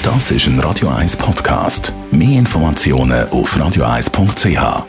Das ist ein Radio 1 Podcast. Mehr Informationen auf radio1.ch.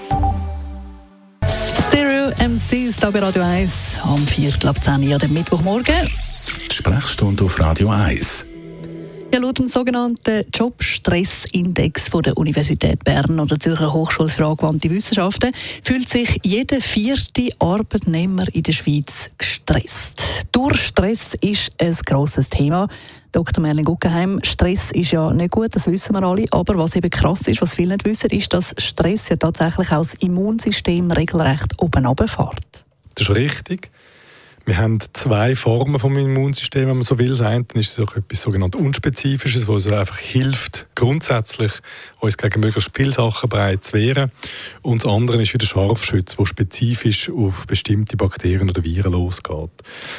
Stereo MCs hier bei Radio 1 am 4:10 Uhr am Mittwochmorgen. Die Sprechstunde auf Radio 1. Ja, laut dem sogenannten Jobstressindex der Universität Bern oder Zürcher Hochschule für angewandte Wissenschaften fühlt sich jeder 4. Arbeitnehmer in der Schweiz gestresst. Durch Stress ist ein grosses Thema. Dr. Merlin Guggenheim, Stress ist ja nicht gut, das wissen wir alle. Aber was eben krass ist, was viele nicht wissen, ist, dass Stress ja tatsächlich auch das Immunsystem regelrecht oben runterfährt. Das ist richtig. Wir haben 2 Formen vom Immunsystem, wenn man so will. Das eine ist etwas sogenanntes Unspezifisches, was uns einfach hilft, grundsätzlich uns gegen möglichst viele Sachen breit zu wehren. Und das andere ist wieder Scharfschütze, wo spezifisch auf bestimmte Bakterien oder Viren losgeht.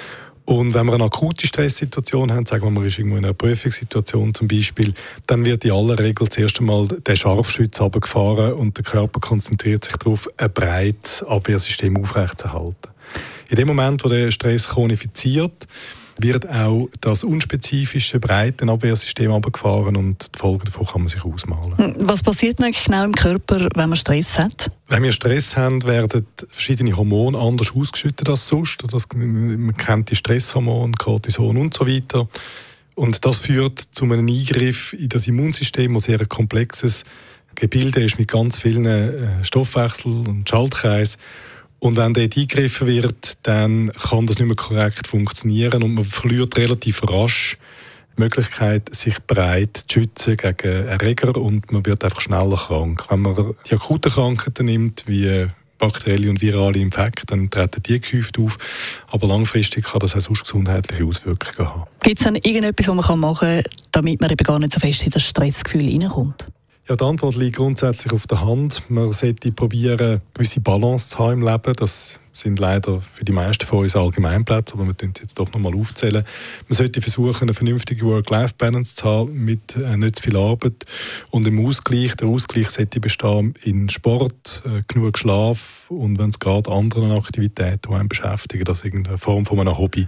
Und wenn wir eine akute Stresssituation haben, sagen wir, man ist irgendwo in einer Prüfungssituation zum Beispiel, dann wird in aller Regel zuerst einmal der Scharfschütze runtergefahren und der Körper konzentriert sich darauf, ein breites Abwehrsystem aufrechtzuerhalten. In dem Moment, wo der Stress chronifiziert, wird auch das unspezifische, breite Abwehrsystem runtergefahren und die Folgen davon kann man sich ausmalen. Was passiert eigentlich genau im Körper, wenn man Stress hat? Wenn wir Stress haben, werden verschiedene Hormone anders ausgeschüttet als sonst. Man kennt die Stresshormone, Cortison und so weiter. Und das führt zu einem Eingriff in das Immunsystem, das sehr ein komplexes Gebilde ist mit ganz vielen Stoffwechsel- und Schaltkreisen. Und wenn dort eingegriffen wird, dann kann das nicht mehr korrekt funktionieren und man verliert relativ rasch die Möglichkeit, sich breit zu schützen gegen Erreger und man wird einfach schneller krank. Wenn man die akuten Krankheiten nimmt, wie bakterielle und virale Infekte, dann treten die gehäuft auf, aber langfristig kann das auch sonst gesundheitliche Auswirkungen haben. Gibt es denn irgendetwas, was man machen kann, damit man eben gar nicht so fest in das Stressgefühl hineinkommt? Ja, die Antwort liegt grundsätzlich auf der Hand. Man sollte probieren, eine gewisse Balance zu haben im Leben. Das sind leider für die meisten von uns Allgemeinplätze, aber wir tun es jetzt doch noch mal aufzählen. Man sollte versuchen, eine vernünftige Work-Life-Balance zu haben mit nicht zu viel Arbeit und im Ausgleich. Der Ausgleich sollte bestehen in Sport, genug Schlaf und wenn es gerade anderen Aktivitäten, die einen beschäftigen, das ist irgendeine Form von einem Hobby.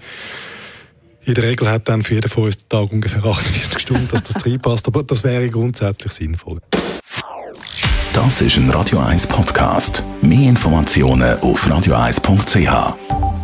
In der Regel hat dann für jeden von uns den Tag ungefähr 48 Stunden, dass das reinpasst, aber das wäre grundsätzlich sinnvoll. Das ist ein Radio 1 Podcast. Mehr Informationen auf radio1.ch.